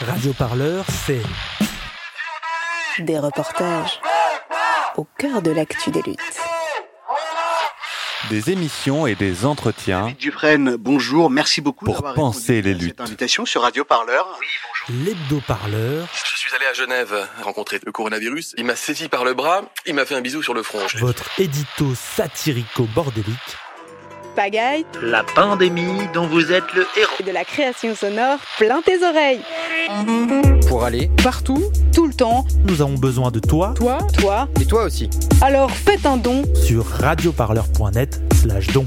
Radio Parleur, c'est des reportages au cœur de l'actu des luttes. Des émissions et des entretiens. David Dufresne, bonjour, merci beaucoup pour d'avoir penser les répondu à luttes. cette invitation sur Radio Parleur. Oui, bonjour. l'hebdo-parleur, Je suis allé à Genève rencontrer le coronavirus. Il m'a saisi par le bras, il m'a fait un bisou sur le front. votre édito satirico-bordélique, Pagaille, La pandémie dont vous êtes le héros. et de la création sonore plein tes oreilles. Pour aller Partout, tout le temps, nous avons besoin de toi toi, et toi aussi. alors faites un don. sur radioparleur.net/don.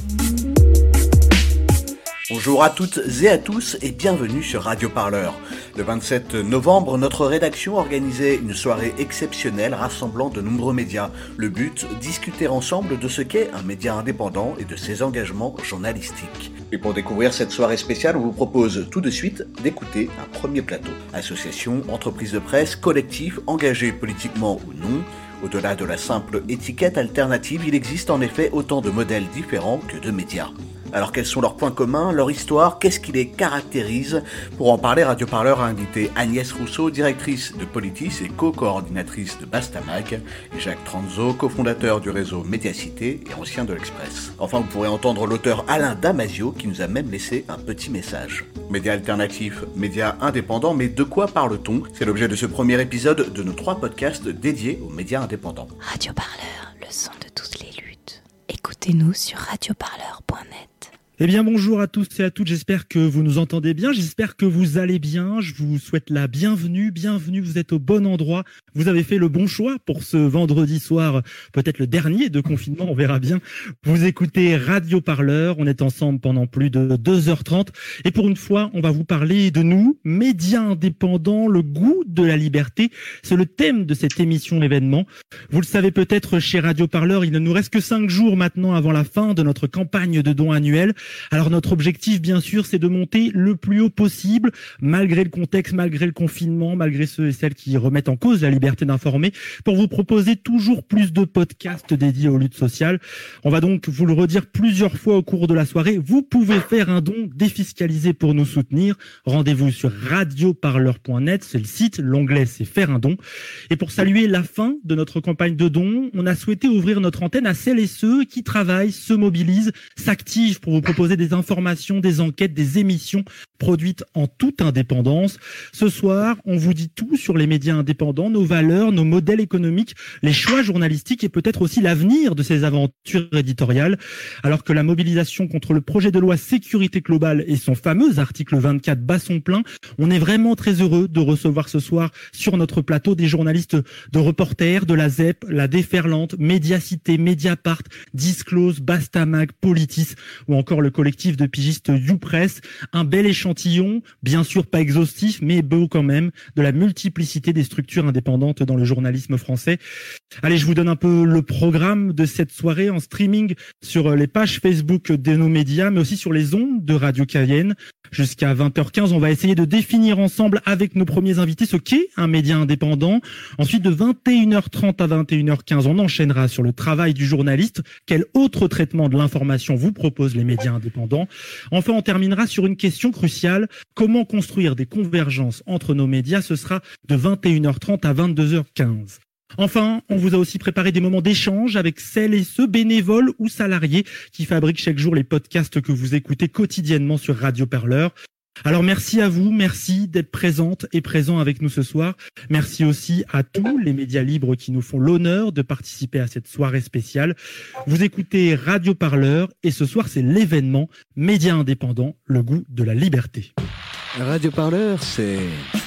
Bonjour à toutes et à tous et bienvenue sur Radio Parleur. Le 27 novembre, notre rédaction organisait une soirée exceptionnelle rassemblant de nombreux médias. Le but, discuter ensemble de ce qu'est un média indépendant et de ses engagements journalistiques. Et pour découvrir cette soirée spéciale, on vous propose tout de suite d'écouter un premier plateau. Associations, entreprises de presse, collectifs, engagés politiquement ou non. Au-delà de la simple étiquette alternative, il existe en effet autant de modèles différents que de médias. Alors quels sont leurs points communs, leur histoire, qu'est-ce qui les caractérise? Pour en parler, Radio Parleur a invité Agnès Rousseau, directrice de Politis et co-coordinatrice de Bastamag, et Jacques Tranzo, cofondateur du réseau Médiacité et ancien de l'Express. Enfin, vous pourrez entendre l'auteur Alain Damasio qui nous a même laissé un petit message. Médias alternatifs, médias indépendants, mais de quoi parle-t-on? C'est l'objet de ce premier épisode de nos 3 podcasts dédiés aux médias indépendants. Radio Parleur, le son de toutes les luttes. Écoutez-nous sur radioparleur.net. Eh bien bonjour à tous et à toutes, j'espère que vous nous entendez bien, j'espère que vous allez bien, je vous souhaite la bienvenue, vous êtes au bon endroit, vous avez fait le bon choix pour ce vendredi soir, peut-être le dernier de confinement, on verra bien. Vous écoutez Radio Parleur, on est ensemble pendant plus de 2h30 et pour une fois on va vous parler de nous, médias indépendants, le goût de la liberté, c'est le thème de cette émission événement. Vous le savez peut-être chez Radio Parleur, il ne nous reste que 5 jours maintenant avant la fin de notre campagne de dons annuels. Alors notre objectif, bien sûr, c'est de monter le plus haut possible, malgré le contexte, malgré le confinement, malgré ceux et celles qui remettent en cause la liberté d'informer, pour vous proposer toujours plus de podcasts dédiés aux luttes sociales. On va donc vous le redire plusieurs fois au cours de la soirée. Vous pouvez faire un don défiscalisé pour nous soutenir. Rendez-vous sur radioparleur.net, c'est le site, l'onglet c'est faire un don. Et pour saluer la fin de notre campagne de dons, on a souhaité ouvrir notre antenne à celles et ceux qui travaillent, se mobilisent, s'activent pour vous proposer des informations, des enquêtes, des émissions produites en toute indépendance. Ce soir, on vous dit tout sur les médias indépendants, nos valeurs, nos modèles économiques, les choix journalistiques et peut-être aussi l'avenir de ces aventures éditoriales. Alors que la mobilisation contre le projet de loi sécurité globale et son fameux article 24 bat son plein, on est vraiment très heureux de recevoir ce soir sur notre plateau des journalistes de Reporters, de la ZEP, la Déferlante, Médiacité, Mediapart, Disclose, Bastamag, Politis ou encore le collectif de pigistes YouPress, un bel échantillon, bien sûr pas exhaustif, mais beau quand même, de la multiplicité des structures indépendantes dans le journalisme français. Allez, je vous donne un peu le programme de cette soirée en streaming sur les pages Facebook de nos médias, mais aussi sur les ondes de Radio Cayenne. Jusqu'à 20h15, on va essayer de définir ensemble avec nos premiers invités ce qu'est un média indépendant. Ensuite, de 21h30 à 21h15, on enchaînera sur le travail du journaliste. Quel autre traitement de l'information vous proposent les médias indépendants? Enfin, on terminera sur une question cruciale. Comment construire des convergences entre nos médias? Ce sera de 21h30 à 22h15. Enfin, on vous a aussi préparé des moments d'échange avec celles et ceux bénévoles ou salariés qui fabriquent chaque jour les podcasts que vous écoutez quotidiennement sur Radio Parleur. Alors merci à vous, merci d'être présentes et présents avec nous ce soir. Merci aussi à tous les médias libres qui nous font l'honneur de participer à cette soirée spéciale. Vous écoutez Radio Parleur et ce soir c'est l'événement Médias indépendants, le goût de la liberté. Radio Parleur, c'est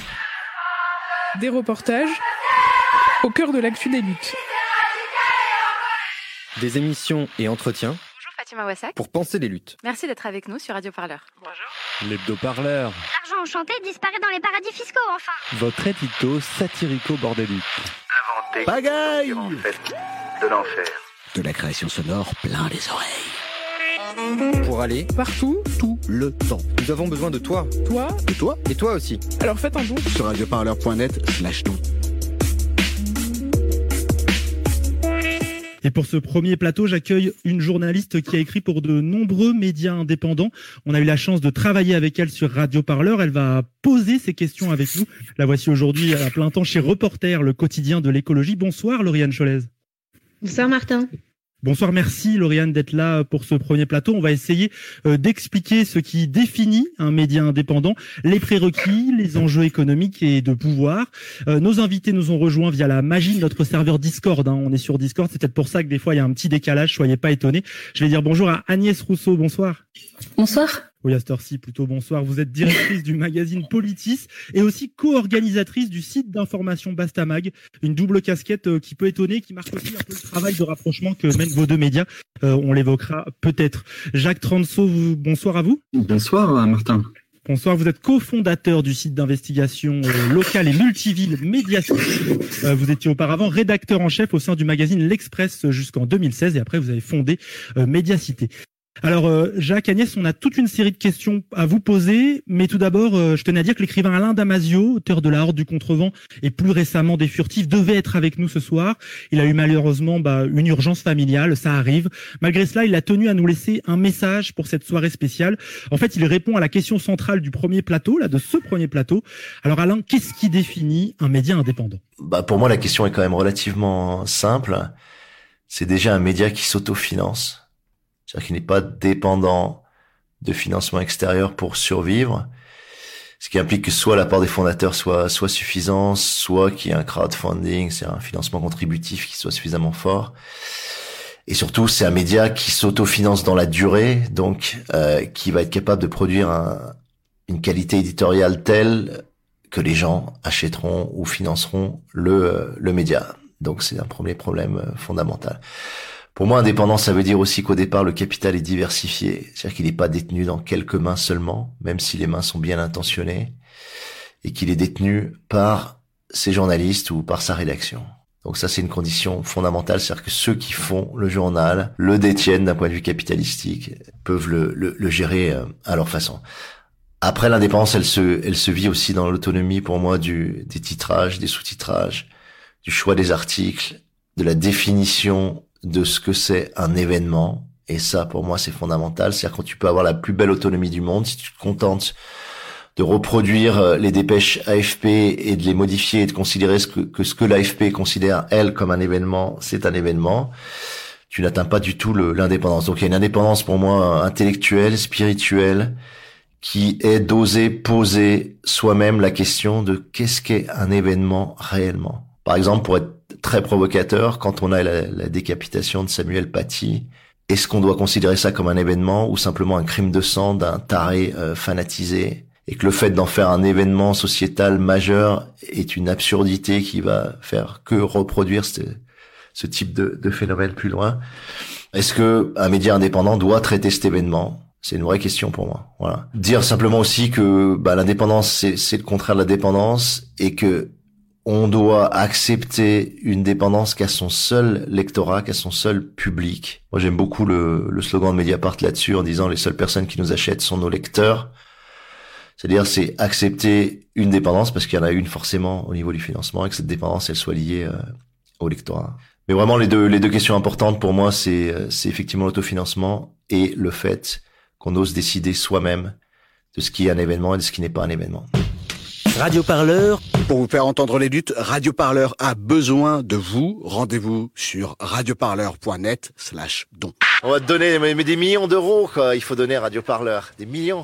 des reportages au cœur de l'actu des luttes. des émissions et entretiens Bonjour Fatima Wassak. pour penser les luttes. Merci d'être avec nous sur Radio Parleur. Bonjour. L'hebdo-parleur, L'argent enchanté disparaît dans les paradis fiscaux, enfin. votre édito satirico-bordélique. Inventé Pagaille de l'enfer. De la création sonore plein les oreilles. Pour aller Partout, tout le temps. Nous avons besoin de toi. toi, Et toi. Et toi aussi. alors faites un don. Sur radioparleur.net/don. Et pour ce premier plateau, j'accueille une journaliste qui a écrit pour de nombreux médias indépendants. On a eu la chance de travailler avec elle sur Radio Parleur. Elle va poser ses questions avec nous. La voici aujourd'hui à plein temps chez Reporter, le quotidien de l'écologie. Bonsoir Lauriane Cholez. Bonsoir Martin. Bonsoir, merci Lauriane d'être là pour ce premier plateau. On va essayer d'expliquer ce qui définit un média indépendant, les prérequis, les enjeux économiques et de pouvoir. Nos invités nous ont rejoints via la magie de notre serveur Discord. On est sur Discord, c'est peut-être pour ça que des fois il y a un petit décalage, soyez pas étonnés. Je vais dire bonjour à Agnès Rousseau, bonsoir. Bonsoir. Oui, à cette heure-ci, plutôt bonsoir. Vous êtes directrice du magazine Politis et aussi co-organisatrice du site d'information Bastamag. Une double casquette qui peut étonner, qui marque aussi un peu le travail de rapprochement que mènent vos deux médias. On l'évoquera peut-être. Jacques Transo, bonsoir à vous. Bonsoir Martin. Bonsoir, vous êtes cofondateur du site d'investigation locale et multiville Mediacité. Vous étiez auparavant rédacteur en chef au sein du magazine L'Express jusqu'en 2016 et après vous avez fondé Mediacité. Alors Jacques, Agnès, on a toute une série de questions à vous poser, mais tout d'abord, je tenais à dire que l'écrivain Alain Damasio, auteur de La Horde du Contrevent et plus récemment des Furtifs, devait être avec nous ce soir. Il a eu malheureusement une urgence familiale, ça arrive. Malgré cela, il a tenu à nous laisser un message pour cette soirée spéciale. En fait, il répond à la question centrale du premier plateau, de ce premier plateau. Alors Alain, qu'est-ce qui définit un média indépendant ? Pour moi, la question est quand même relativement simple. C'est déjà un média qui s'autofinance. C'est-à-dire qu'il n'est pas dépendant de financement extérieur pour survivre, ce qui implique que soit l'apport des fondateurs soit suffisant, soit qu'il y ait un crowdfunding, c'est un financement contributif qui soit suffisamment fort. Et surtout, c'est un média qui s'autofinance dans la durée, donc qui va être capable de produire une qualité éditoriale telle que les gens achèteront ou financeront le média. Donc c'est un premier problème fondamental. Pour moi, indépendant, ça veut dire aussi qu'au départ, le capital est diversifié. C'est-à-dire qu'il n'est pas détenu dans quelques mains seulement, même si les mains sont bien intentionnées, et qu'il est détenu par ses journalistes ou par sa rédaction. Donc ça, c'est une condition fondamentale. C'est-à-dire que ceux qui font le journal, le détiennent d'un point de vue capitalistique, peuvent le gérer à leur façon. Après, l'indépendance, elle se vit aussi dans l'autonomie, pour moi, des titrages, des sous-titrages, du choix des articles, de la définition de ce que c'est un événement. Et ça, pour moi, c'est fondamental. C'est-à-dire quand tu peux avoir la plus belle autonomie du monde, si tu te contentes de reproduire les dépêches AFP et de les modifier et de considérer ce que l'AFP considère, elle, comme un événement, c'est un événement, tu n'atteins pas du tout l'indépendance. Donc il y a une indépendance, pour moi, intellectuelle, spirituelle, qui est d'oser poser soi-même la question de qu'est-ce qu'est un événement réellement. Par exemple, pour être très provocateur, quand on a la décapitation de Samuel Paty, est-ce qu'on doit considérer ça comme un événement ou simplement un crime de sang d'un taré fanatisé, et que le fait d'en faire un événement sociétal majeur est une absurdité qui va faire que reproduire ce type de phénomène plus loin? Est-ce que un média indépendant doit traiter cet événement? C'est une vraie question pour moi. Voilà. Dire simplement aussi que l'indépendance c'est le contraire de la dépendance et que on doit accepter une dépendance qu'à son seul lectorat, qu'à son seul public. Moi, j'aime beaucoup le slogan de Mediapart là-dessus en disant les seules personnes qui nous achètent sont nos lecteurs. C'est-à-dire, c'est accepter une dépendance parce qu'il y en a une forcément au niveau du financement et que cette dépendance, elle soit liée au lectorat. Mais vraiment, les deux questions importantes pour moi, c'est effectivement l'autofinancement et le fait qu'on ose décider soi-même de ce qui est un événement et de ce qui n'est pas un événement. Radio Parleur. Pour vous faire entendre les luttes, Radio Parleur a besoin de vous. Rendez-vous sur radioparleur.net/don. On va te donner mais des millions d'euros, quoi. Il faut donner à Radio Parleur. Des millions.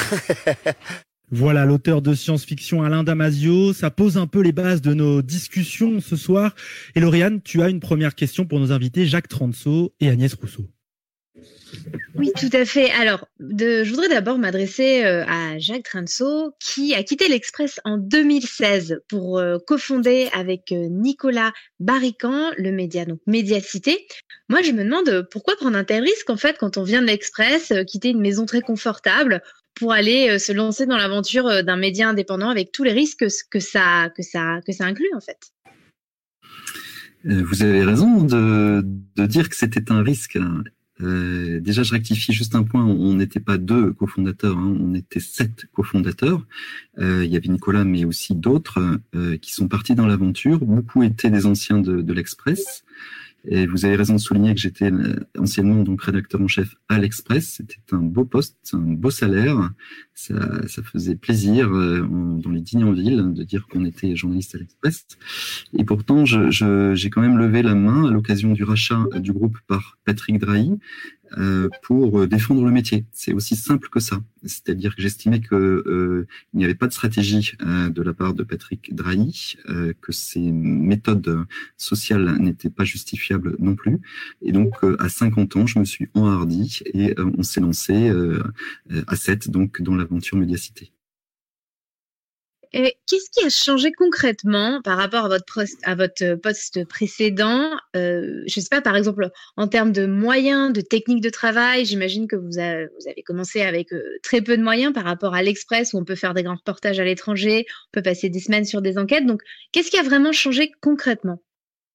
Voilà, l'auteur de science-fiction Alain Damasio. Ça pose un peu les bases de nos discussions ce soir. Et Lauriane, tu as une première question pour nos invités, Jacques Transo et Agnès Rousseau. Oui, tout à fait. Alors, je voudrais d'abord m'adresser à Jacques Transo, qui a quitté l'Express en 2016 pour cofonder avec Nicolas Barrican le média, donc Mediacité. Moi, je me demande pourquoi prendre un tel risque, en fait, quand on vient de l'Express, quitter une maison très confortable pour aller se lancer dans l'aventure d'un média indépendant avec tous les risques que ça inclut, en fait. Vous avez raison de dire que c'était un risque. Déjà, je rectifie juste un point. On n'était pas 2 cofondateurs, on était 7 cofondateurs. Il y avait Nicolas, mais aussi d'autres qui sont partis dans l'aventure. Beaucoup étaient des anciens de l'Express. Et vous avez raison de souligner que j'étais anciennement donc rédacteur en chef à l'Express. C'était un beau poste, un beau salaire. Ça faisait plaisir dans les Dignanville de dire qu'on était journaliste à l'Express. Et pourtant, j'ai quand même levé la main à l'occasion du rachat du groupe par Patrick Drahi pour défendre le métier. C'est aussi simple que ça. C'est-à-dire que j'estimais que il n'y avait pas de stratégie de la part de Patrick Drahi, que ses méthodes sociales n'étaient pas justifiables non plus. Et donc, à 50 ans, je me suis enhardi et on s'est lancé à 7, donc dans l'aventure Médiacité. Et qu'est-ce qui a changé concrètement par rapport à votre poste précédent? Je sais pas, par exemple, en termes de moyens, de techniques de travail, j'imagine que vous avez commencé avec très peu de moyens par rapport à l'Express où on peut faire des grands reportages à l'étranger, on peut passer des semaines sur des enquêtes. Donc, qu'est-ce qui a vraiment changé concrètement?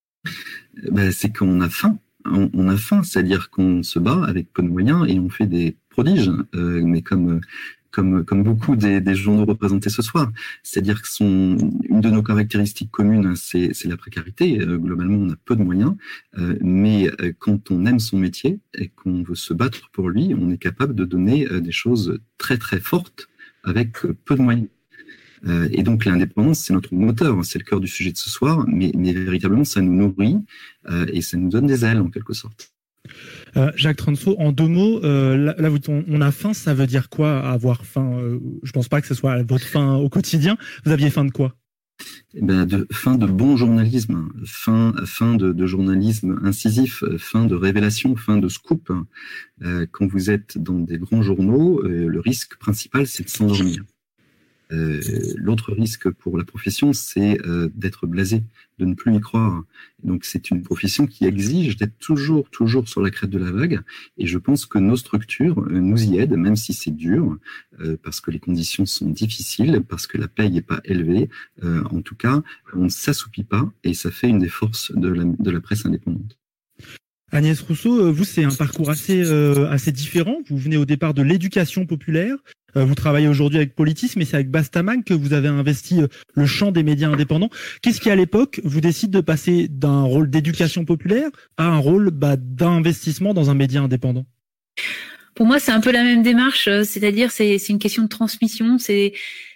C'est qu'on a faim. On a faim, c'est-à-dire qu'on se bat avec peu de moyens et on fait des prodiges, mais comme beaucoup des journaux représentés ce soir. C'est-à-dire que une de nos caractéristiques communes, c'est la précarité. Globalement, on a peu de moyens, mais quand on aime son métier et qu'on veut se battre pour lui, on est capable de donner des choses très très fortes avec peu de moyens. Et donc l'indépendance, c'est notre moteur, c'est le cœur du sujet de ce soir, mais véritablement, ça nous nourrit et ça nous donne des ailes en quelque sorte. Jacques Transo, en 2 mots, là on a faim, ça veut dire quoi avoir faim? Je pense pas que ce soit votre faim au quotidien. Vous aviez faim de quoi? Fin de bon journalisme, fin de journalisme incisif, fin de révélation, fin de scoop. Quand vous êtes dans des grands journaux, le risque principal, c'est de s'endormir. L'autre risque pour la profession, c'est d'être blasé, de ne plus y croire. Donc c'est une profession qui exige d'être toujours sur la crête de la vague. Et je pense que nos structures nous y aident, même si c'est dur, parce que les conditions sont difficiles, parce que la paye n'est pas élevée. En tout cas, on ne s'assoupit pas, et ça fait une des forces de la presse indépendante. Agnès Rousseau, vous, c'est un parcours assez différent. Vous venez au départ de l'éducation populaire. Vous travaillez aujourd'hui avec Politis, mais c'est avec Bastamag que vous avez investi le champ des médias indépendants. Qu'est-ce qui, à l'époque, vous décide de passer d'un rôle d'éducation populaire à un rôle d'investissement dans un média indépendant? Pour moi, c'est un peu la même démarche. C'est-à-dire, c'est une question de transmission. C'est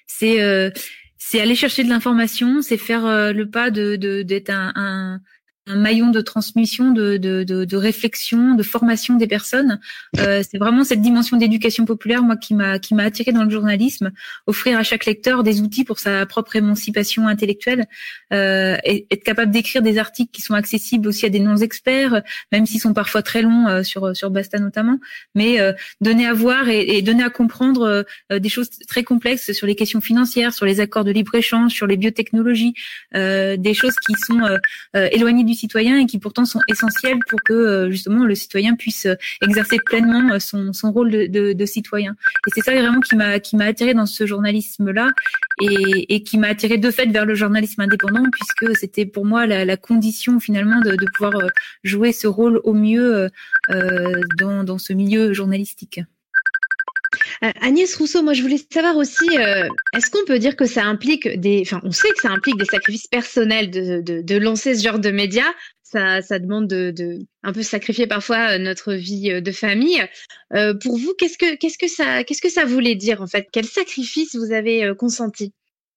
aller chercher de l'information. C'est faire le pas d'être un maillon de transmission, de réflexion, de formation des personnes. C'est vraiment cette dimension d'éducation populaire, moi, qui m'a attiré dans le journalisme. Offrir à chaque lecteur des outils pour sa propre émancipation intellectuelle, et être capable d'écrire des articles qui sont accessibles aussi à des non-experts, même s'ils sont parfois très longs, sur Basta notamment, mais donner à voir et donner à comprendre des choses très complexes sur les questions financières, sur les accords de libre-échange, sur les biotechnologies, des choses qui sont éloignées du citoyen et qui pourtant sont essentielles pour que justement le citoyen puisse exercer pleinement son rôle de citoyen. Et c'est ça vraiment qui m'a attiré dans ce journalisme-là et qui m'a attiré de fait vers le journalisme indépendant, puisque c'était pour moi la condition finalement de pouvoir jouer ce rôle au mieux dans ce milieu journalistique. Agnès Rousseau, moi je voulais savoir aussi, est-ce qu'on peut dire que ça implique on sait que ça implique des sacrifices personnels de lancer ce genre de médias. Ça demande de un peu sacrifier parfois notre vie de famille. Pour vous, qu'est-ce que ça voulait dire en fait? Quel sacrifice vous avez consenti?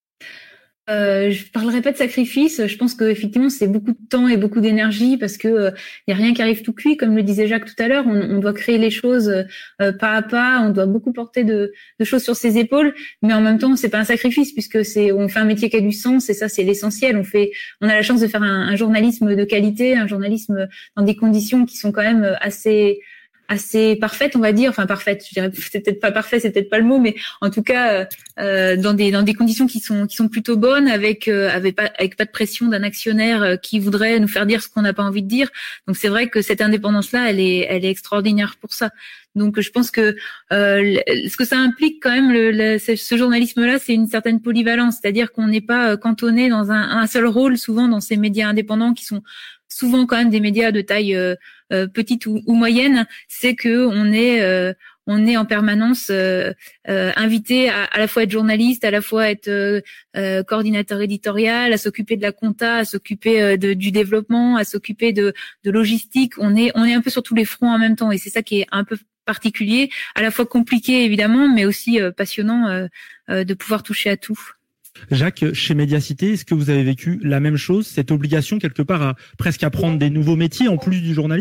Je parlerai pas de sacrifice. Je pense que effectivement c'est beaucoup de temps et beaucoup d'énergie parce que y a rien qui arrive tout cuit, comme le disait Jacques tout à l'heure. On doit créer les choses pas à pas. On doit beaucoup porter de choses sur ses épaules, mais en même temps c'est pas un sacrifice puisque on fait un métier qui a du sens et ça c'est l'essentiel. On a la chance de faire un journalisme de qualité, un journalisme dans des conditions qui sont quand même assez parfaite, on va dire, enfin parfaite, je dirais, c'est peut-être pas parfait, c'est peut-être pas le mot, mais en tout cas dans des conditions qui sont plutôt bonnes, avec pas de pression d'un actionnaire qui voudrait nous faire dire ce qu'on n'a pas envie de dire. Donc c'est vrai que cette indépendance-là, elle est extraordinaire pour ça. Donc je pense que ce que ça implique quand même ce journalisme-là, c'est une certaine polyvalence, c'est-à-dire qu'on n'est pas cantonné dans un seul rôle, souvent dans ces médias indépendants qui sont souvent quand même des médias de taille petite ou moyenne. C'est que on est en permanence invité à la fois être journaliste, à la fois être coordinateur éditorial, à s'occuper de la compta, à s'occuper du développement, à s'occuper de logistique. On est un peu sur tous les fronts en même temps, et c'est ça qui est un peu particulier, à la fois compliqué évidemment, mais aussi passionnant de pouvoir toucher à tout. Jacques, chez Médiacité, est-ce que vous avez vécu la même chose, cette obligation quelque part à presque apprendre des nouveaux métiers en plus du journalisme ?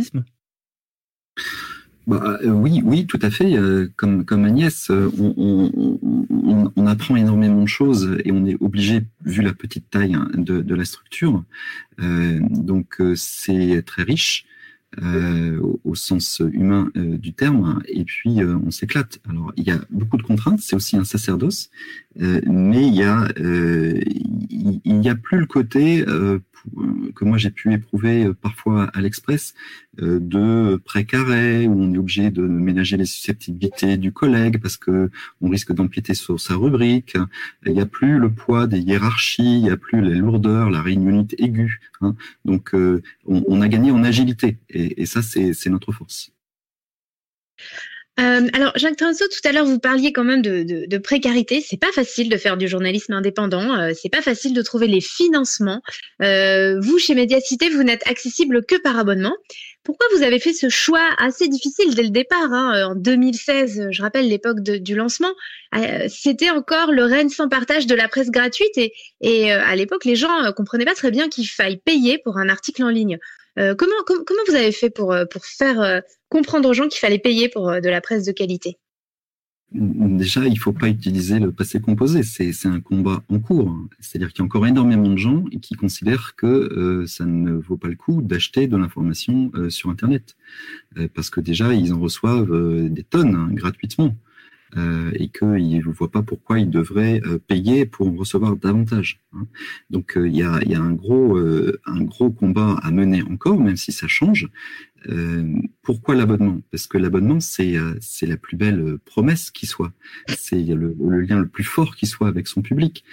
Oui, tout à fait. Comme Agnès, on apprend énormément de choses et on est obligé, vu la petite taille de la structure. Donc c'est très riche. Au sens humain du terme, et puis on s'éclate. Alors il y a beaucoup de contraintes, c'est aussi un sacerdoce, mais il y a plus le côté que moi j'ai pu éprouver parfois à l'Express de précaré, où on est obligé de ménager les susceptibilités du collègue parce que on risque d'empiéter sur sa rubrique. Il n'y a plus le poids des hiérarchies, il n'y a plus les lourdeurs, la réunionnite aiguë. Donc on a gagné en agilité et ça c'est notre force. Alors Jacques Trinceau, tout à l'heure vous parliez quand même de précarité. C'est pas facile de faire du journalisme indépendant. C'est pas facile de trouver les financements. Vous chez Médiacité, vous n'êtes accessible que par abonnement. Pourquoi vous avez fait ce choix assez difficile dès le départ, en 2016, je rappelle l'époque du lancement, c'était encore le règne sans partage de la presse gratuite et à l'époque les gens comprenaient pas très bien qu'il faille payer pour un article en ligne. Comment vous avez fait pour faire comprendre aux gens qu'il fallait payer pour de la presse de qualité ? Déjà, il faut pas utiliser le passé composé. C'est un combat en cours. C'est-à-dire qu'il y a encore énormément de gens qui considèrent que ça ne vaut pas le coup d'acheter de l'information sur Internet. Parce que déjà, ils en reçoivent des tonnes gratuitement. Et qu'ils ne voient pas pourquoi ils devraient payer pour en recevoir davantage. Donc il y a un gros combat à mener encore, même si ça change. Pourquoi l'abonnement ? Parce que l'abonnement, c'est la plus belle promesse qui soit. C'est le lien le plus fort qui soit avec son public.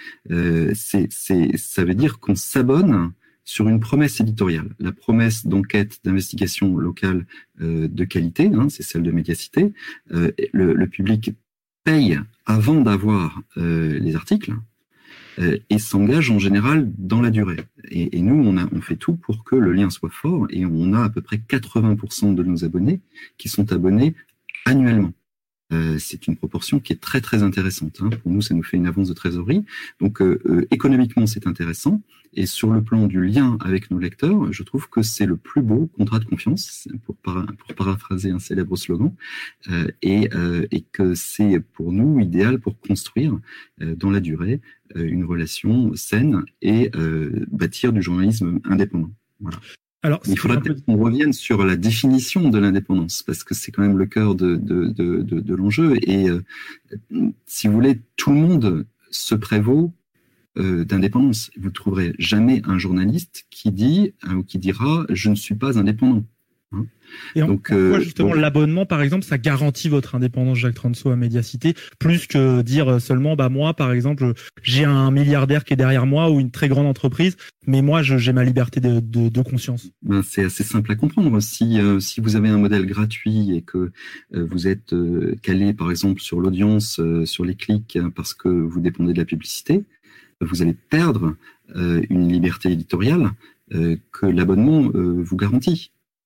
Ça veut dire qu'on s'abonne sur une promesse éditoriale. La promesse d'enquête, d'investigation locale de qualité, c'est celle de Médiacité. Le public paye avant d'avoir les articles et s'engage en général dans la durée. Et nous, on fait tout pour que le lien soit fort et on a à peu près 80% de nos abonnés qui sont abonnés annuellement. C'est une proportion qui est très très intéressante. Pour nous, ça nous fait une avance de trésorerie. Donc économiquement, c'est intéressant. Et sur le plan du lien avec nos lecteurs, je trouve que c'est le plus beau contrat de confiance, pour paraphraser un célèbre slogan, et que c'est pour nous idéal pour construire dans la durée une relation saine et bâtir du journalisme indépendant. Voilà. Alors, il faudrait peut-être qu'on revienne sur la définition de l'indépendance, parce que c'est quand même le cœur de l'enjeu. Et si vous voulez, tout le monde se prévaut d'indépendance. Vous ne trouverez jamais un journaliste qui dit ou qui dira « je ne suis pas indépendant ». Et donc, pourquoi justement l'abonnement, par exemple, ça garantit votre indépendance, Jacques Trinceau, à Médiacité, plus que dire seulement, moi, par exemple, j'ai un milliardaire qui est derrière moi ou une très grande entreprise, mais moi, j'ai ma liberté de conscience. C'est assez simple à comprendre. Si vous avez un modèle gratuit et que vous êtes calé, par exemple, sur l'audience, sur les clics, parce que vous dépendez de la publicité, vous allez perdre une liberté éditoriale que l'abonnement vous garantit.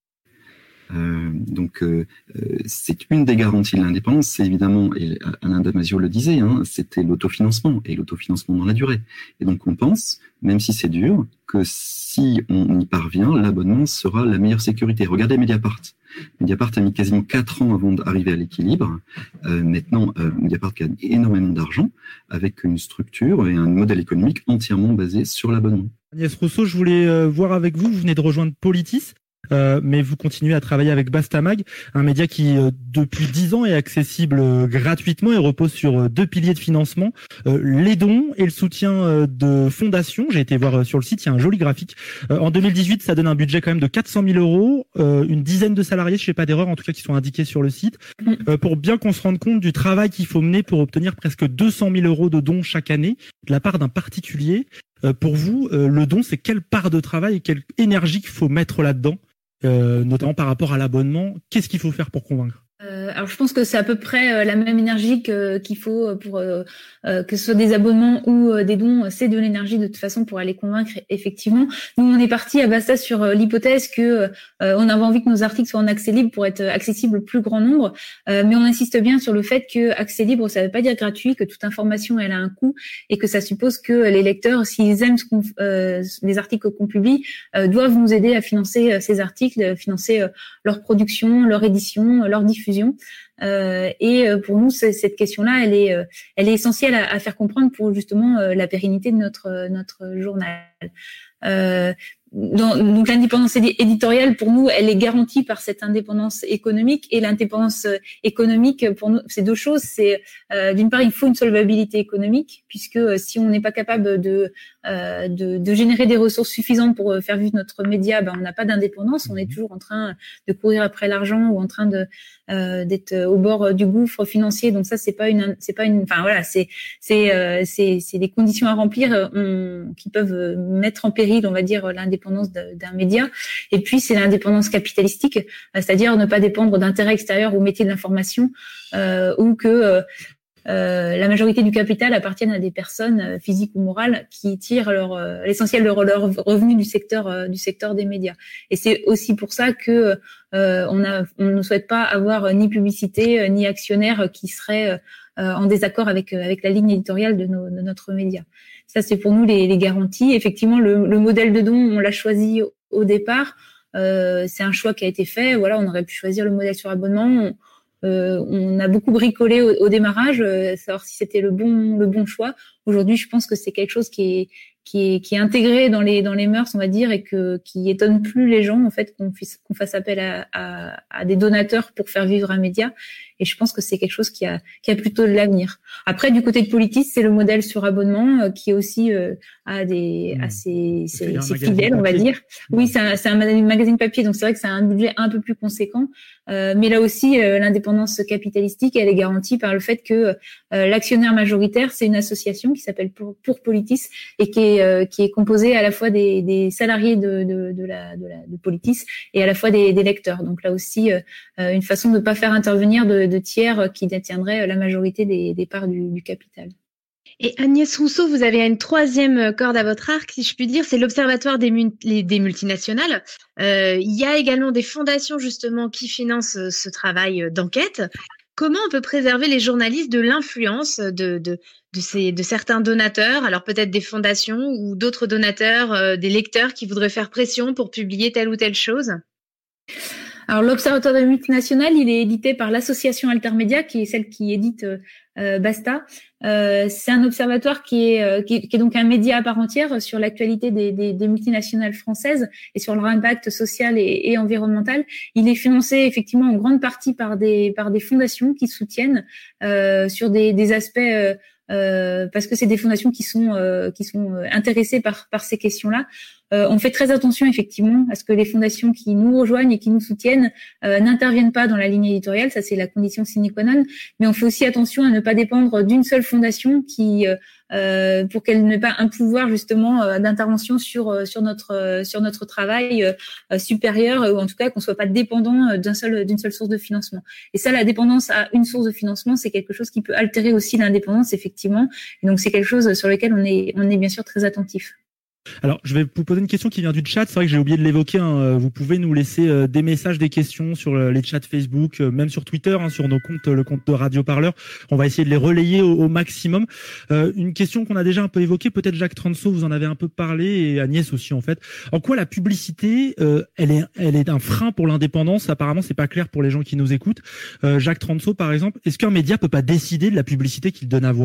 Donc c'est une des garanties de l'indépendance, c'est évidemment, et Alain Damasio le disait, c'était l'autofinancement, et l'autofinancement dans la durée. Et donc on pense, même si c'est dur, que si on y parvient, l'abonnement sera la meilleure sécurité. Regardez Mediapart. Mediapart a mis quasiment 4 ans avant d'arriver à l'équilibre. Maintenant, Mediapart gagne énormément d'argent avec une structure et un modèle économique entièrement basé sur l'abonnement. Agnès Rousseau, je voulais voir avec vous venez de rejoindre Politis. Mais vous continuez à travailler avec Bastamag, un média qui depuis 10 ans est accessible gratuitement et repose sur 2 piliers de financement, les dons et le soutien de fondations. J'ai été voir sur le site, il y a un joli graphique. En 2018, ça donne un budget quand même de 400 000 euros, une dizaine de salariés, je fais pas d'erreur, en tout cas qui sont indiqués sur le site, pour bien qu'on se rende compte du travail qu'il faut mener pour obtenir presque 200 000 euros de dons chaque année de la part d'un particulier. Pour vous, le don, c'est quelle part de travail et quelle énergie qu'il faut mettre là-dedans, notamment par rapport à l'abonnement? Qu'est-ce qu'il faut faire pour convaincre? Alors je pense que c'est à peu près la même énergie qu'il faut pour que ce soit des abonnements ou des dons, c'est de l'énergie de toute façon pour aller convaincre effectivement. Nous on est parti à Basta sur l'hypothèse que on avait envie que nos articles soient en accès libre pour être accessibles au plus grand nombre, mais on insiste bien sur le fait que accès libre ça veut pas dire gratuit, que toute information elle a un coût et que ça suppose que les lecteurs s'ils aiment les articles qu'on publie doivent nous aider à financer ces articles, financer leur production, leur édition, leur diffusion. Et pour nous, cette question-là, elle est essentielle à faire comprendre pour justement la pérennité de notre journal. Donc l'indépendance éditoriale, pour nous, elle est garantie par cette indépendance économique. Et l'indépendance économique, pour nous, c'est deux choses. C'est d'une part, il faut une solvabilité économique, puisque si on n'est pas capable de générer des ressources suffisantes pour faire vivre notre média, on n'a pas d'indépendance. On est toujours en train de courir après l'argent ou en train d'être au bord du gouffre financier. Donc ça, c'est des conditions à remplir qui peuvent mettre en péril, on va dire, l'indépendance d'un média. Et puis c'est l'indépendance capitalistique, c'est-à-dire ne pas dépendre d'intérêts extérieurs au métier de l'information, ou que la majorité du capital appartiennent à des personnes physiques ou morales qui tirent l'essentiel de leur revenu du secteur des médias. Et c'est aussi pour ça que on ne souhaite pas avoir ni publicité ni actionnaire qui seraient en désaccord avec la ligne éditoriale de notre média. Ça, c'est pour nous les garanties. Effectivement, le modèle de don, on l'a choisi au départ. C'est un choix qui a été fait. Voilà, on aurait pu choisir le modèle sur abonnement. On a beaucoup bricolé au démarrage, savoir si c'était le bon choix. Aujourd'hui, je pense que c'est quelque chose qui est intégré dans les mœurs, on va dire, et qui étonne plus les gens, en fait, qu'on fasse appel à des donateurs pour faire vivre un média. Et je pense que c'est quelque chose qui a plutôt de l'avenir. Après, du côté de Politis, c'est le modèle sur abonnement qui aussi a ses fidèles, on va dire. Oui, c'est un magazine papier, donc c'est vrai que c'est un budget un peu plus conséquent. Mais là aussi, l'indépendance capitalistique, elle est garantie par le fait que l'actionnaire majoritaire, c'est une association qui s'appelle pour Politis et qui est composée à la fois des salariés de Politis et à la fois des lecteurs. Donc là aussi, une façon de ne pas faire intervenir de tiers qui détiendraient la majorité des parts du capital. Et Agnès Rousseau, vous avez une troisième corde à votre arc, si je puis dire, c'est l'Observatoire des multinationales. Il y a également des fondations justement qui financent ce travail d'enquête. Comment on peut préserver les journalistes de l'influence de certains donateurs, alors peut-être des fondations ou d'autres donateurs, des lecteurs qui voudraient faire pression pour publier telle ou telle chose ? Alors l'Observatoire des multinationales, il est édité par l'association Altermédia, qui est celle qui édite Basta. C'est un observatoire qui est donc un média à part entière sur l'actualité des multinationales françaises et sur leur impact social et environnemental. Il est financé effectivement en grande partie par des fondations qui soutiennent sur des aspects parce que c'est des fondations qui sont intéressées par ces questions-là. On fait très attention effectivement à ce que les fondations qui nous rejoignent et qui nous soutiennent n'interviennent pas dans la ligne éditoriale, ça c'est la condition sine qua non, mais on fait aussi attention à ne pas dépendre d'une seule fondation qui pour qu'elle n'ait pas un pouvoir justement d'intervention sur notre travail supérieur, ou en tout cas qu'on soit pas dépendant d'une seule source de financement. Et ça, la dépendance à une source de financement, c'est quelque chose qui peut altérer aussi l'indépendance effectivement, et donc c'est quelque chose sur lequel on est bien sûr très attentif. Alors, je vais vous poser une question qui vient du chat. C'est vrai que j'ai oublié de l'évoquer. Vous pouvez nous laisser des messages, des questions sur les chats Facebook, même sur Twitter, sur nos comptes, le compte de Radio Parleur. On va essayer de les relayer au maximum. Une question qu'on a déjà un peu évoquée, peut-être Jacques Transo, vous en avez un peu parlé, et Agnès aussi en fait. En quoi la publicité, elle est un frein pour l'indépendance ? Apparemment, c'est pas clair pour les gens qui nous écoutent. Jacques Transo, par exemple, est-ce qu'un média peut pas décider de la publicité qu'il donne à voir ?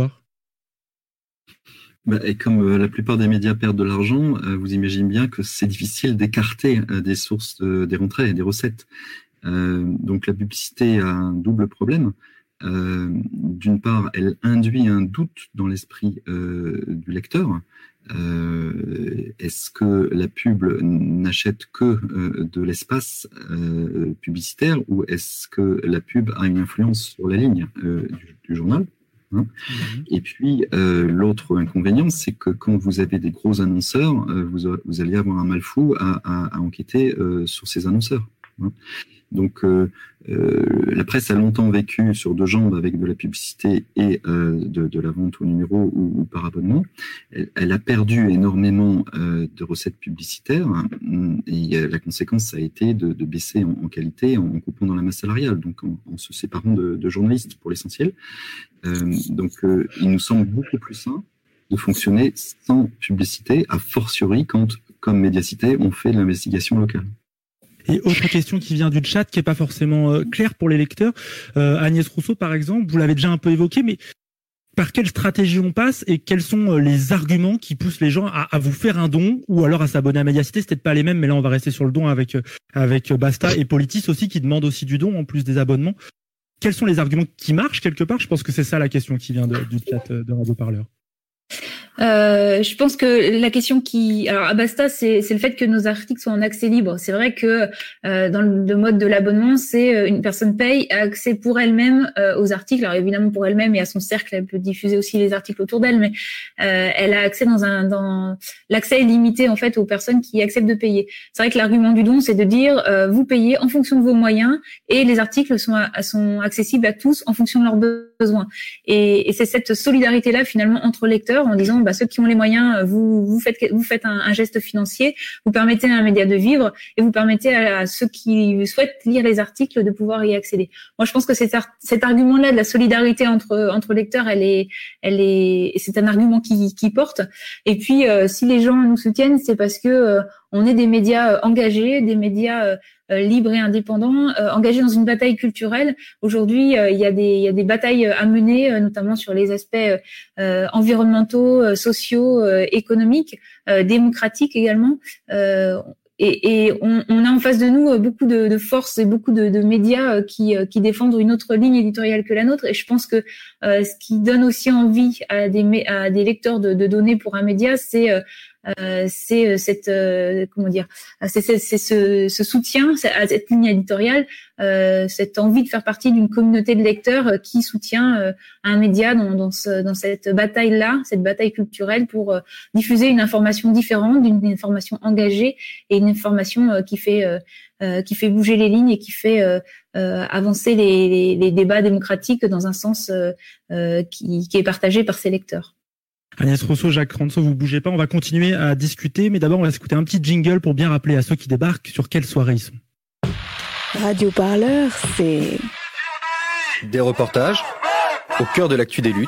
Et comme la plupart des médias perdent de l'argent, vous imaginez bien que c'est difficile d'écarter des sources, des rentrées et des recettes. Donc la publicité a un double problème. D'une part, elle induit un doute dans l'esprit du lecteur. Est-ce que la pub n'achète que de l'espace publicitaire, ou est-ce que la pub a une influence sur la ligne du journal ? Et puis l'autre inconvénient, c'est que quand vous avez des gros annonceurs, vous allez avoir un mal fou à enquêter sur ces annonceurs. Donc, la presse a longtemps vécu sur deux jambes avec de la publicité et de la vente au numéro ou par abonnement. Elle a perdu énormément de recettes publicitaires et la conséquence, ça a été de baisser en qualité en coupant dans la masse salariale, donc en se séparant de journalistes pour l'essentiel. Donc, il nous semble beaucoup plus sain de fonctionner sans publicité, a fortiori quand, comme Médiacité, on fait de l'investigation locale. Et autre question qui vient du chat, qui est pas forcément claire pour les lecteurs. Agnès Rousseau, par exemple, vous l'avez déjà un peu évoqué, mais par quelle stratégie on passe et quels sont les arguments qui poussent les gens à vous faire un don ou alors à s'abonner à Médiacité? C'est peut-être pas les mêmes, mais là on va rester sur le don avec Basta et Politis aussi, qui demandent aussi du don en plus des abonnements. Quels sont les arguments qui marchent quelque part? Je pense que c'est ça la question qui vient du chat de Radio Parleur. Je pense que la question alors à Basta, c'est le fait que nos articles soient en accès libre. C'est vrai que dans le mode de l'abonnement, c'est une personne paye, a accès pour elle-même aux articles. Alors évidemment pour elle-même et à son cercle, elle peut diffuser aussi les articles autour d'elle, mais elle a accès dans l'accès est limité en fait aux personnes qui acceptent de payer. C'est vrai que l'argument du don, c'est de dire vous payez en fonction de vos moyens et les articles sont accessibles à tous en fonction de leurs besoins. Et c'est cette solidarité-là finalement entre lecteurs en disant ceux qui ont les moyens, vous faites un geste financier, vous permettez à un média de vivre et vous permettez à ceux qui souhaitent lire les articles de pouvoir y accéder. Moi, je pense que cet argument-là de la solidarité entre lecteurs, c'est un argument qui porte. Et puis, si les gens nous soutiennent, c'est parce que on est des médias engagés, des médias libres et indépendants, engagés dans une bataille culturelle. Aujourd'hui, il y a des batailles à mener, notamment sur les aspects environnementaux, sociaux, économiques, démocratiques également. Et on a en face de nous beaucoup de forces et beaucoup de médias qui défendent une autre ligne éditoriale que la nôtre. Et je pense que ce qui donne aussi envie à des lecteurs de donner pour un média, c'est cette c'est ce soutien à cette ligne éditoriale, cette envie de faire partie d'une communauté de lecteurs qui soutient un média dans cette bataille-là, cette bataille culturelle pour diffuser une information différente, une information engagée et une information qui fait bouger les lignes et qui fait avancer les débats démocratiques dans un sens qui est partagé par ses lecteurs. Agnès Rousseau, Jacques Transo, vous bougez pas, on va continuer à discuter, mais d'abord on va écouter un petit jingle pour bien rappeler à ceux qui débarquent sur quelle soirée ils sont. Radio Parleur, c'est des reportages au cœur de l'actu des luttes.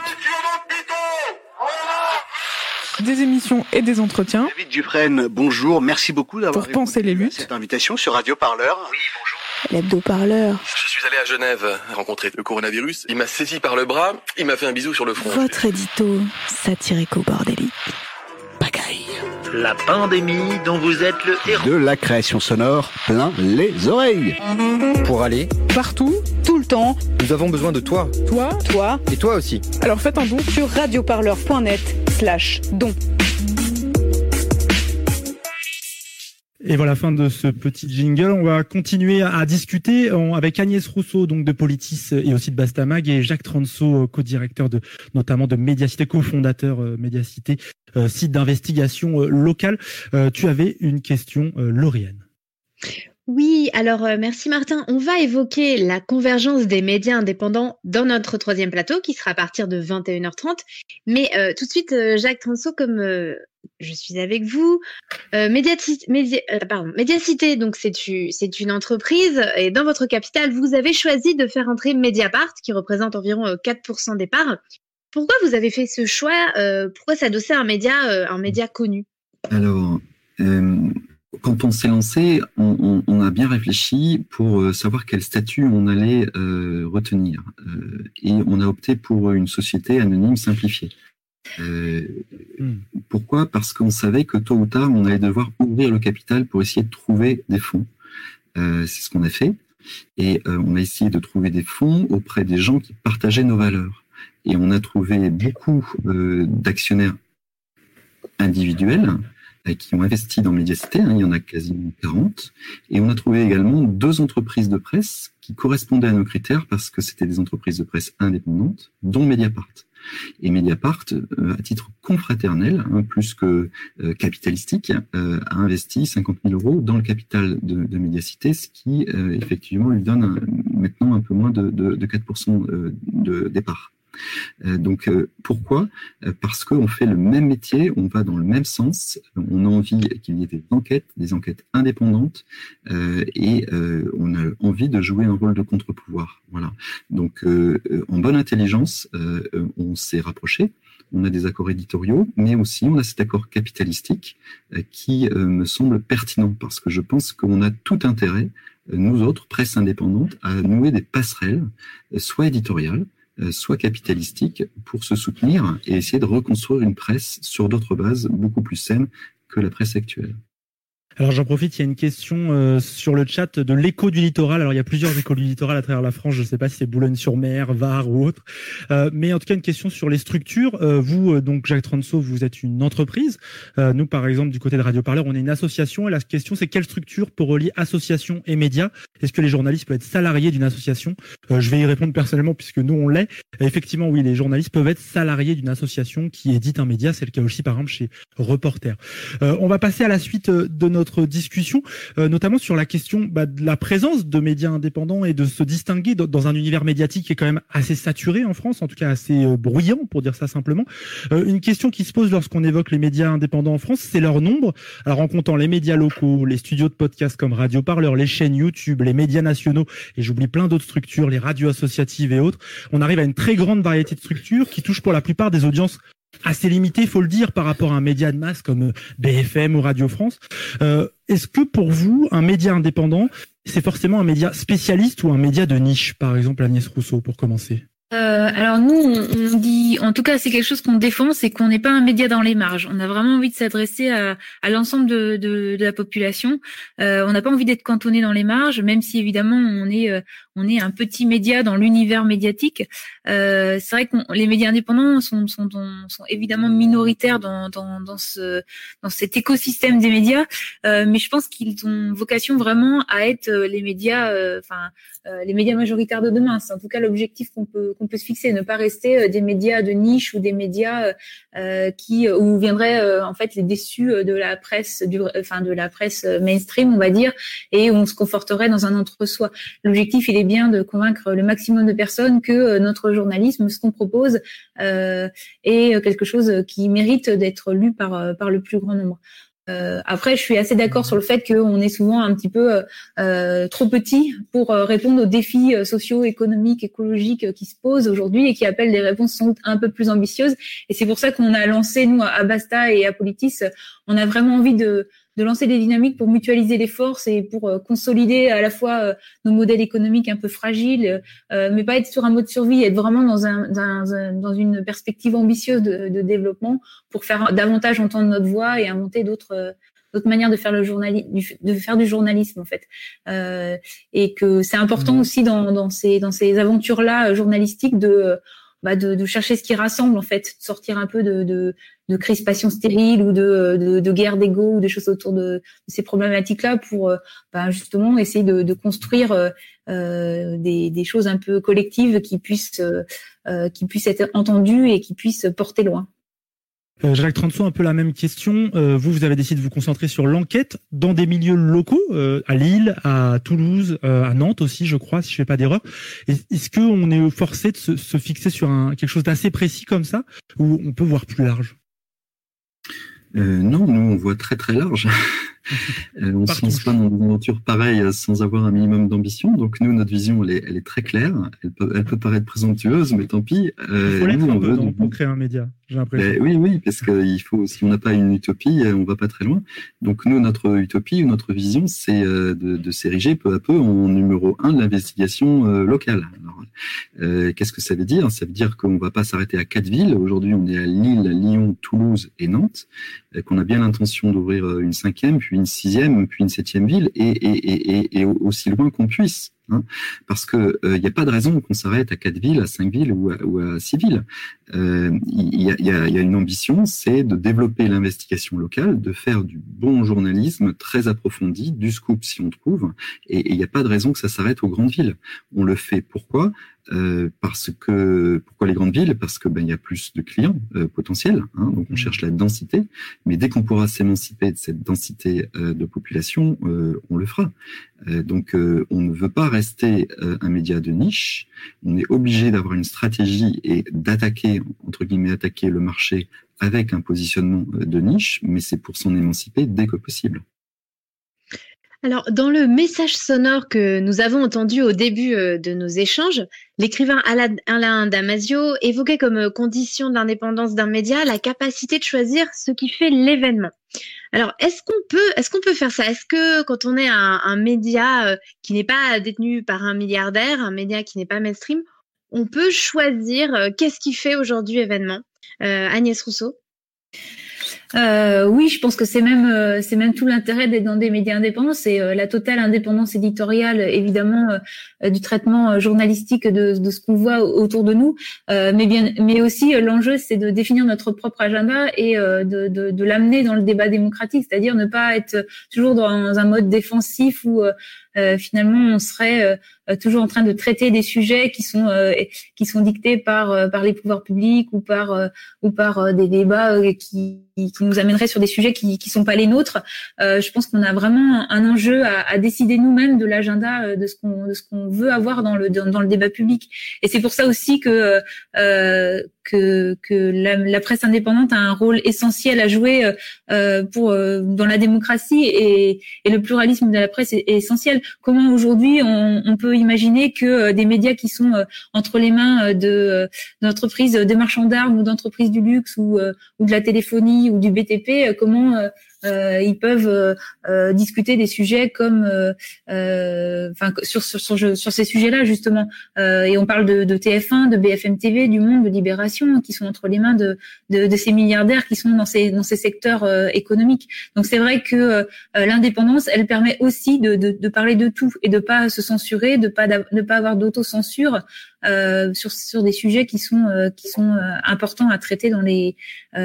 Des émissions et des entretiens. David Dufresne, bonjour, merci beaucoup d'avoir pour penser les luttes. Cette invitation sur Radio Parleur. Oui, bonjour. L'hebdo-parleur. Je suis allé à Genève rencontrer le coronavirus. Il m'a saisi par le bras, il m'a fait un bisou sur le front. Votre édito satirico-bordélique. Pagaille. La pandémie dont vous êtes le héros. De la création sonore plein les oreilles. Pour aller partout, tout le temps, nous avons besoin de toi. Toi et toi aussi. Alors faites un don sur radioparleur.net/don. Et voilà, fin de ce petit jingle. On va continuer à discuter avec Agnès Rousseau, donc de Politis et aussi de Bastamag, et Jacques Transo, co-directeur notamment de Médiacité, cofondateur Médiacité, site d'investigation locale. Tu avais une question, Lauriane. Oui, alors merci Martin. On va évoquer la convergence des médias indépendants dans notre troisième plateau qui sera à partir de 21h30. Mais tout de suite, Jacques Transo, comme je suis avec vous, Médiacité, donc c'est une entreprise et dans votre capital, vous avez choisi de faire entrer Mediapart qui représente environ 4% des parts. Pourquoi vous avez fait ce choix? Pourquoi s'adosser à un média connu? Alors, quand on s'est lancé, on a bien réfléchi pour savoir quel statut on allait retenir. Et on a opté pour une société anonyme simplifiée. Pourquoi? Parce qu'on savait que tôt ou tard, on allait devoir ouvrir le capital pour essayer de trouver des fonds. C'est ce qu'on a fait. Et on a essayé de trouver des fonds auprès des gens qui partageaient nos valeurs. Et on a trouvé beaucoup d'actionnaires individuels qui ont investi dans Mediacité, il y en a quasiment 40, et on a trouvé également 2 entreprises de presse qui correspondaient à nos critères parce que c'était des entreprises de presse indépendantes, dont Mediapart. Et Mediapart, à titre confraternel, plus que capitalistique, a investi 50 000 € dans le capital de Mediacité, ce qui effectivement lui donne maintenant un peu moins de 4% de départ. Donc pourquoi ? Parce qu'on fait le même métier, on va dans le même sens, on a envie qu'il y ait des enquêtes indépendantes et on a envie de jouer un rôle de contre-pouvoir. Voilà. Donc en bonne intelligence, on s'est rapprochés. On a des accords éditoriaux, mais aussi on a cet accord capitalistique qui me semble pertinent parce que je pense qu'on a tout intérêt, nous autres, presse indépendante, à nouer des passerelles, soit éditoriales, soit capitalistique, pour se soutenir et essayer de reconstruire une presse sur d'autres bases beaucoup plus saines que la presse actuelle. Alors j'en profite, il y a une question sur le chat de l'écho du littoral. Alors il y a plusieurs échos du littoral à travers la France, je ne sais pas si c'est Boulogne-sur-Mer, Var ou autre. Mais en tout cas une question sur les structures. Vous, donc Jacques Transo, vous êtes une entreprise. Nous par exemple du côté de Radio Parleur, on est une association et la question c'est quelle structure peut relier association et médias ? Est-ce que les journalistes peuvent être salariés d'une association ? Je vais y répondre personnellement puisque nous on l'est. Effectivement oui, les journalistes peuvent être salariés d'une association qui édite un média. C'est le cas aussi par exemple chez Reporter. On va passer à la suite de notre discussion, notamment sur la question de la présence de médias indépendants et de se distinguer dans un univers médiatique qui est quand même assez saturé en France, en tout cas assez bruyant pour dire ça simplement. Une question qui se pose lorsqu'on évoque les médias indépendants en France, c'est leur nombre. Alors en comptant les médias locaux, les studios de podcasts comme Radio Parleur, les chaînes YouTube, les médias nationaux, et j'oublie plein d'autres structures, les radios associatives et autres, on arrive à une très grande variété de structures qui touchent pour la plupart des audiences assez limité, faut le dire, par rapport à un média de masse comme BFM ou Radio France. Est-ce que pour vous, un média indépendant, c'est forcément un média spécialiste ou un média de niche, par exemple Agnès Rousseau, pour commencer ? Alors nous, on dit, en tout cas, c'est quelque chose qu'on défend, c'est qu'on n'est pas un média dans les marges. On a vraiment envie de s'adresser à l'ensemble de la population. On n'a pas envie d'être cantonné dans les marges, même si évidemment on est un petit média dans l'univers médiatique. C'est vrai que les médias indépendants sont évidemment minoritaires dans cet écosystème des médias, mais je pense qu'ils ont vocation vraiment à être les médias, les médias majoritaires de demain. C'est en tout cas l'objectif qu'on peut se fixer, ne pas rester des médias de niche ou des médias où viendraient en fait les déçus de la presse de la presse mainstream, on va dire, et où on se conforterait dans un entre-soi. L'objectif, il est bien de convaincre le maximum de personnes que notre journalisme, ce qu'on propose, est quelque chose qui mérite d'être lu par le plus grand nombre. Après, je suis assez d'accord sur le fait qu'on est souvent un petit peu trop petit pour répondre aux défis sociaux, économiques, écologiques qui se posent aujourd'hui et qui appellent des réponses un peu plus ambitieuses. Et c'est pour ça qu'on a lancé, nous, à Basta et à Politis, on a vraiment envie de lancer des dynamiques pour mutualiser les forces et pour consolider à la fois nos modèles économiques un peu fragiles, mais pas être sur un mode survie, être vraiment dans une perspective ambitieuse de développement pour faire davantage entendre notre voix et inventer d'autres manières de faire du journalisme en fait. Et que c'est important aussi dans ces aventures-là journalistiques de chercher ce qui rassemble en fait, de sortir un peu de crispation stérile ou de guerre d'ego ou des choses autour de ces problématiques-là pour justement essayer de construire des choses un peu collectives qui puissent être entendues et qui puissent porter loin. Jacques Transo, un peu la même question. Vous avez décidé de vous concentrer sur l'enquête dans des milieux locaux, à Lille, à Toulouse, à Nantes aussi, je crois, si je fais pas d'erreur. Est-ce qu'on est forcé de se fixer sur quelque chose d'assez précis comme ça, ou on peut voir plus large ? Non, nous on voit très très large. On ne se lance pas dans des aventures pareilles sans avoir un minimum d'ambition. Donc nous, notre vision, elle est très claire. Elle peut paraître présomptueuse, mais tant pis. Il faut l'être un peu pour créer un média, j'ai l'impression. Oui, parce qu'il faut, si on n'a pas une utopie, on va pas très loin. Donc nous, notre utopie ou notre vision, c'est de s'ériger peu à peu en numéro 1 de l'investigation locale. Alors, qu'est-ce que ça veut dire ? Ça veut dire qu'on va pas s'arrêter à 4 villes. Aujourd'hui, on est à Lille, Lyon, Toulouse et Nantes. Qu'on a bien l'intention d'ouvrir une 5e, puis une 6e, puis une 7e ville, et aussi loin qu'on puisse. Parce que il n'y a pas de raison qu'on s'arrête à 4 villes, à 5 villes ou à 6 villes. Il y a une ambition, c'est de développer l'investigation locale, de faire du bon journalisme très approfondi, du scoop si on trouve, et il n'y a pas de raison que ça s'arrête aux grandes villes. On le fait pourquoi ? Pourquoi les grandes villes ? Parce que il y a plus de clients potentiels, donc on cherche la densité, mais dès qu'on pourra s'émanciper de cette densité de population, on le fera. Donc on ne veut pas rester un média de niche, on est obligé d'avoir une stratégie et d'attaquer, entre guillemets, attaquer le marché avec un positionnement de niche, mais c'est pour s'en émanciper dès que possible. Alors, dans le message sonore que nous avons entendu au début de nos échanges, l'écrivain Alain Damasio évoquait comme condition de l'indépendance d'un média la capacité de choisir ce qui fait l'événement. Alors, est-ce qu'on peut faire ça ? Est-ce que quand on est un média qui n'est pas détenu par un milliardaire, un média qui n'est pas mainstream, on peut choisir qu'est-ce qui fait aujourd'hui événement ? Agnès Rousseau ? Oui, je pense que c'est même tout l'intérêt d'être dans des médias indépendants, c'est la totale indépendance éditoriale, évidemment, du traitement journalistique de ce qu'on voit autour de nous, mais aussi l'enjeu, c'est de définir notre propre agenda et de l'amener dans le débat démocratique, c'est-à-dire ne pas être toujours dans un mode défensif où finalement on serait toujours en train de traiter des sujets qui sont dictés par les pouvoirs publics ou par des débats qui nous amèneraient sur des sujets qui sont pas les nôtres. Je pense qu'on a vraiment un enjeu à décider nous-mêmes de l'agenda de ce qu'on veut avoir dans le débat public. Et c'est pour ça aussi que la presse indépendante a un rôle essentiel à jouer dans la démocratie et le pluralisme de la presse est essentiel. Comment aujourd'hui on peut imaginer que des médias qui sont entre les mains d'entreprises, des marchands d'armes ou d'entreprises du luxe ou de la téléphonie ou du BTP, comment ils peuvent discuter des sujets comme sur ces sujets-là justement, et on parle de TF1, de BFM TV, du Monde, de Libération, qui sont entre les mains de ces milliardaires qui sont dans ces secteurs économiques. Donc c'est vrai que l'indépendance, elle permet aussi de parler de tout et de pas se censurer, de pas avoir d'autocensure sur des sujets qui sont importants à traiter dans les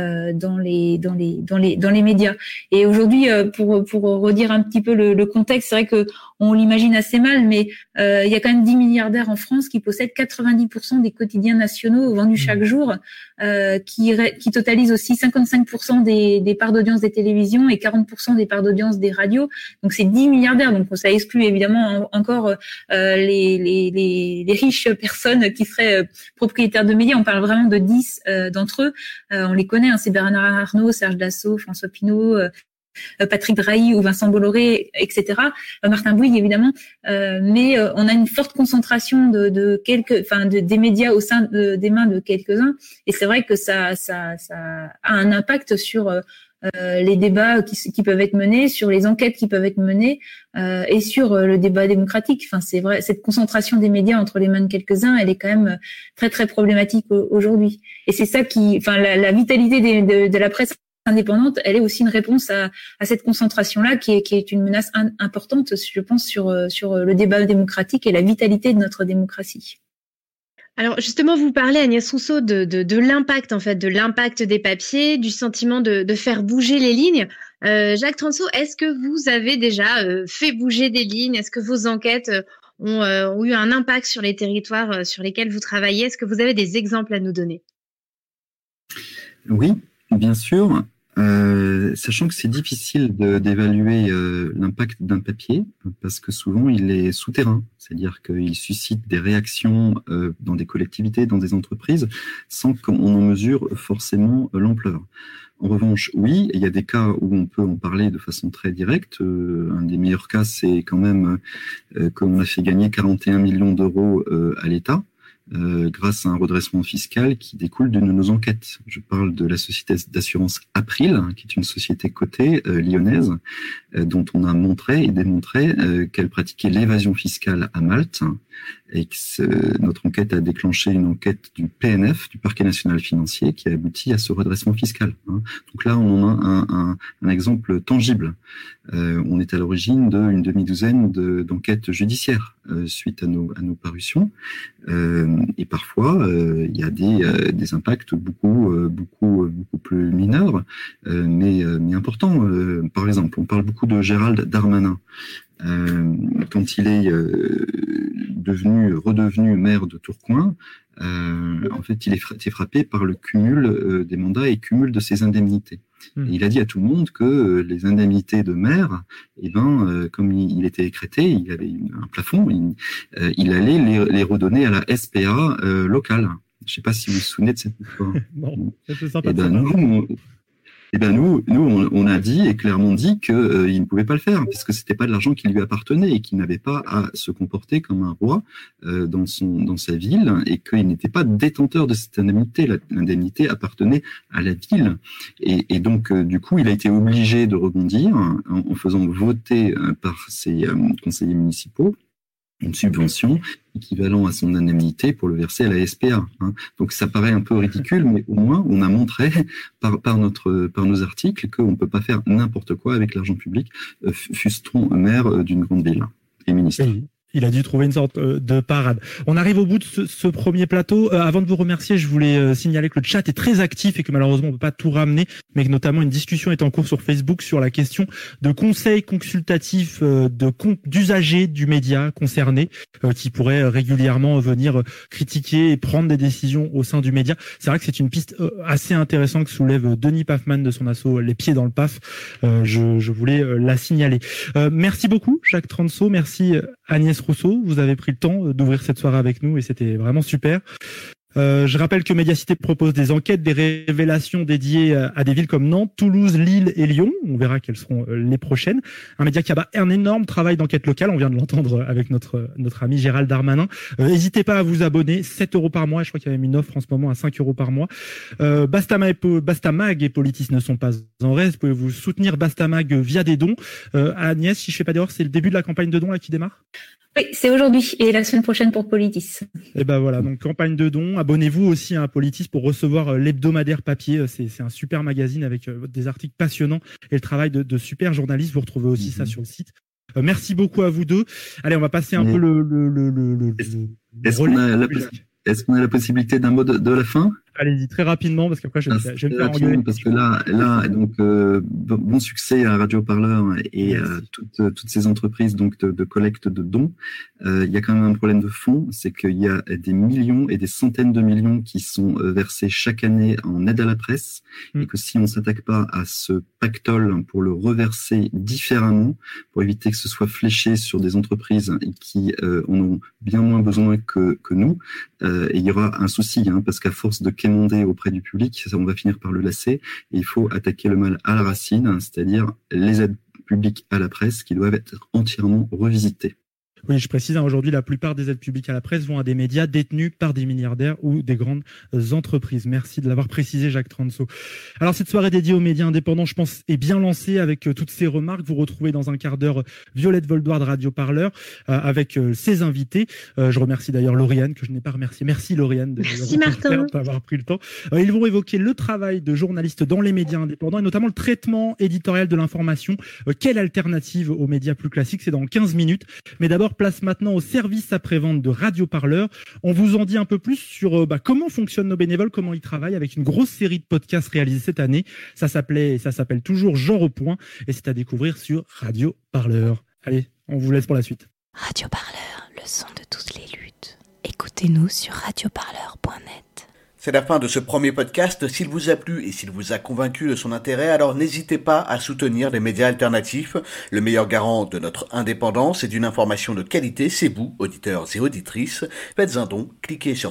médias. Et aujourd'hui, pour redire un petit peu le contexte, c'est vrai que on l'imagine assez mal, mais il y a quand même 10 milliardaires en France qui possèdent 90% des quotidiens nationaux vendus chaque jour, qui totalisent aussi 55% des parts d'audience des télévisions et 40% des parts d'audience des radios. Donc c'est 10 milliardaires. Donc ça exclut évidemment encore les riches personnes qui seraient propriétaires de médias. On parle vraiment de 10 d'entre eux. On les connaît, c'est Bernard Arnault, Serge Dassault, François Pinault, Patrick Drahi ou Vincent Bolloré, etc. Martin Bouygues évidemment, mais on a une forte concentration des médias au sein des mains de quelques-uns, et c'est vrai que ça a un impact sur les débats qui peuvent être menés, sur les enquêtes qui peuvent être menées, et sur le débat démocratique. Enfin, c'est vrai, cette concentration des médias entre les mains de quelques-uns, elle est quand même très très problématique aujourd'hui. Et c'est ça la vitalité de la presse indépendante, elle est aussi une réponse à cette concentration-là qui est une menace importante, je pense, sur le débat démocratique et la vitalité de notre démocratie. Alors justement, vous parlez, Agnès Rousseau, de l'impact, en fait, de l'impact des papiers, du sentiment de faire bouger les lignes. Jacques Transo, est-ce que vous avez déjà fait bouger des lignes ? Est-ce que vos enquêtes ont eu un impact sur les territoires sur lesquels vous travaillez ? Est-ce que vous avez des exemples à nous donner ? Oui, bien sûr. Sachant que c'est difficile d'évaluer l'impact d'un papier, parce que souvent il est souterrain, c'est-à-dire qu'il suscite des réactions dans des collectivités, dans des entreprises, sans qu'on en mesure forcément l'ampleur. En revanche, oui, il y a des cas où on peut en parler de façon très directe. Un des meilleurs cas, c'est quand même qu'on a fait gagner 41 millions d'euros à l'État, grâce à un redressement fiscal qui découle de nos enquêtes. Je parle de la société d'assurance April, qui est une société cotée lyonnaise, dont on a montré et démontré qu'elle pratiquait l'évasion fiscale à Malte et que notre enquête a déclenché une enquête du PNF, du Parquet national financier, qui a abouti à ce redressement fiscal. Donc là, on en a un exemple tangible. On est à l'origine d'une demi-douzaine d'enquêtes judiciaires suite à nos parutions, et parfois il y a des impacts beaucoup plus mineurs, mais importants. Par exemple, on parle beaucoup de Gérald Darmanin. Quand il est redevenu maire de Tourcoing, en fait, il est frappé par le cumul des mandats et cumul de ses indemnités. Et il a dit à tout le monde que les indemnités de maire, comme il était écrété, il avait un plafond, il allait les redonner à la SPA locale. Je ne sais pas si vous vous souvenez de cette histoire. Non, c'est sympa. Nous, on a dit et clairement dit qu'il ne pouvait pas le faire parce que c'était pas de l'argent qui lui appartenait et qu'il n'avait pas à se comporter comme un roi dans sa ville et qu'il n'était pas détenteur de cette indemnité. L'indemnité appartenait à la ville et donc du coup, il a été obligé de rebondir en faisant voter par ses conseillers municipaux une subvention équivalent à son indemnité pour le verser à la SPA. Donc ça paraît un peu ridicule, mais au moins on a montré par nos articles qu'on ne peut pas faire n'importe quoi avec l'argent public, fût-on maire d'une grande ville et ministre. Oui. Il a dû trouver une sorte de parade. On arrive au bout de ce premier plateau. Avant de vous remercier, je voulais signaler que le chat est très actif et que malheureusement on peut pas tout ramener, mais que notamment une discussion est en cours sur Facebook sur la question de conseils consultatifs d'usagers du média concerné qui pourraient régulièrement venir critiquer et prendre des décisions au sein du média. C'est vrai que c'est une piste assez intéressante que soulève Denis Pafman de son asso Les Pieds dans le Paf. Je voulais la signaler. Merci beaucoup Jacques Transo, merci Agnès Rousseau, vous avez pris le temps d'ouvrir cette soirée avec nous et c'était vraiment super. Je rappelle que Médiacité propose des enquêtes, des révélations dédiées à des villes comme Nantes, Toulouse, Lille et Lyon. On verra quelles seront les prochaines. Un média qui a un énorme travail d'enquête locale. On vient de l'entendre avec notre ami Gérald Darmanin. N'hésitez pas à vous abonner. 7 € par mois. Je crois qu'il y a même une offre en ce moment à 5 € par mois. Bastamag et Politis ne sont pas en reste. Vous pouvez vous soutenir Bastamag via des dons. Agnès, si je fais pas d'erreur, c'est le début de la campagne de dons là qui démarre? Oui, c'est aujourd'hui et la semaine prochaine pour Politis. Et ben voilà, donc campagne de dons. Abonnez-vous aussi à Politis pour recevoir l'hebdomadaire papier. C'est un super magazine avec des articles passionnants et le travail de super journalistes. Vous retrouvez aussi ça sur le site. Merci beaucoup à vous deux. Allez, on va passer un peu Est-ce qu'on a la possibilité d'un mot de la fin? Allez-y, très rapidement, parce qu'après, je vais me faire engueuler. Parce que là, donc, bon succès à Radio Parleur et toutes ces entreprises donc de collecte de dons. Il y a quand même un problème de fond, c'est qu'il y a des millions et des centaines de millions qui sont versés chaque année en aide à la presse, et que si on s'attaque pas à ce pactole pour le reverser différemment, pour éviter que ce soit fléché sur des entreprises qui en ont bien moins besoin que nous, et il y aura un souci, parce qu'à force de quémander auprès du public, on va finir par le lasser, et il faut attaquer le mal à la racine, c'est-à-dire les aides publiques à la presse qui doivent être entièrement revisitées. Oui, je précise, aujourd'hui, la plupart des aides publiques à la presse vont à des médias détenus par des milliardaires ou des grandes entreprises. Merci de l'avoir précisé, Jacques Transo. Alors, cette soirée dédiée aux médias indépendants, je pense, est bien lancée avec toutes ces remarques. Vous retrouvez dans un quart d'heure Violette Voldoir de Radio Parleur avec ses invités. Je remercie d'ailleurs Lauriane, que je n'ai pas remercié. Merci Lauriane d'avoir pris le temps. Ils vont évoquer le travail de journalistes dans les médias indépendants et notamment le traitement éditorial de l'information. Quelle alternative aux médias plus classiques? C'est dans 15 minutes. Mais d'abord, place maintenant au service après-vente de Radio Parleur. On vous en dit un peu plus sur comment fonctionnent nos bénévoles, comment ils travaillent, avec une grosse série de podcasts réalisés cette année. Ça s'appelle toujours Genre au point et c'est à découvrir sur Radio Parleur. Allez, on vous laisse pour la suite. Radio Parleur, le son de toutes les luttes. Écoutez-nous sur radioparleur.net. C'est la fin de ce premier podcast. S'il vous a plu et s'il vous a convaincu de son intérêt, alors n'hésitez pas à soutenir les médias alternatifs. Le meilleur garant de notre indépendance et d'une information de qualité, c'est vous, auditeurs et auditrices. Faites un don, cliquez sur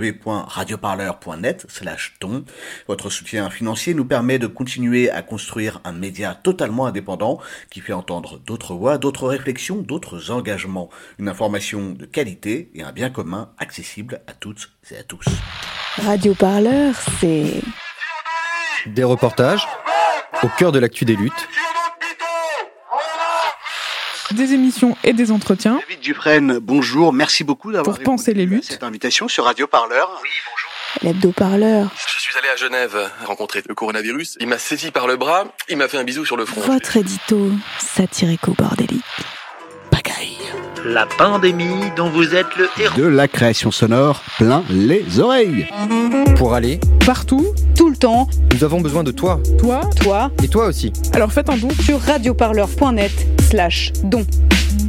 www.radioparleur.net/don. Votre soutien financier nous permet de continuer à construire un média totalement indépendant qui fait entendre d'autres voix, d'autres réflexions, d'autres engagements. Une information de qualité et un bien commun accessible à toutes et à tous. Radio Parleur, c'est des reportages au cœur de l'actu des luttes. Des émissions et des entretiens. David Dufresne, bonjour. Merci beaucoup d'avoir pour penser les luttes. Cette invitation sur Radio Parleur. Oui, bonjour. L'hebdo-parleur. Je suis allé à Genève rencontrer le coronavirus. Il m'a saisi par le bras, il m'a fait un bisou sur le front. Votre édito satirico-bordélique. Pagaille. La pandémie dont vous êtes le héros. De la création sonore plein les oreilles. Pour aller partout, tout le temps, nous avons besoin de toi. Toi et toi aussi. Alors faites un don sur radioparleur.net/don.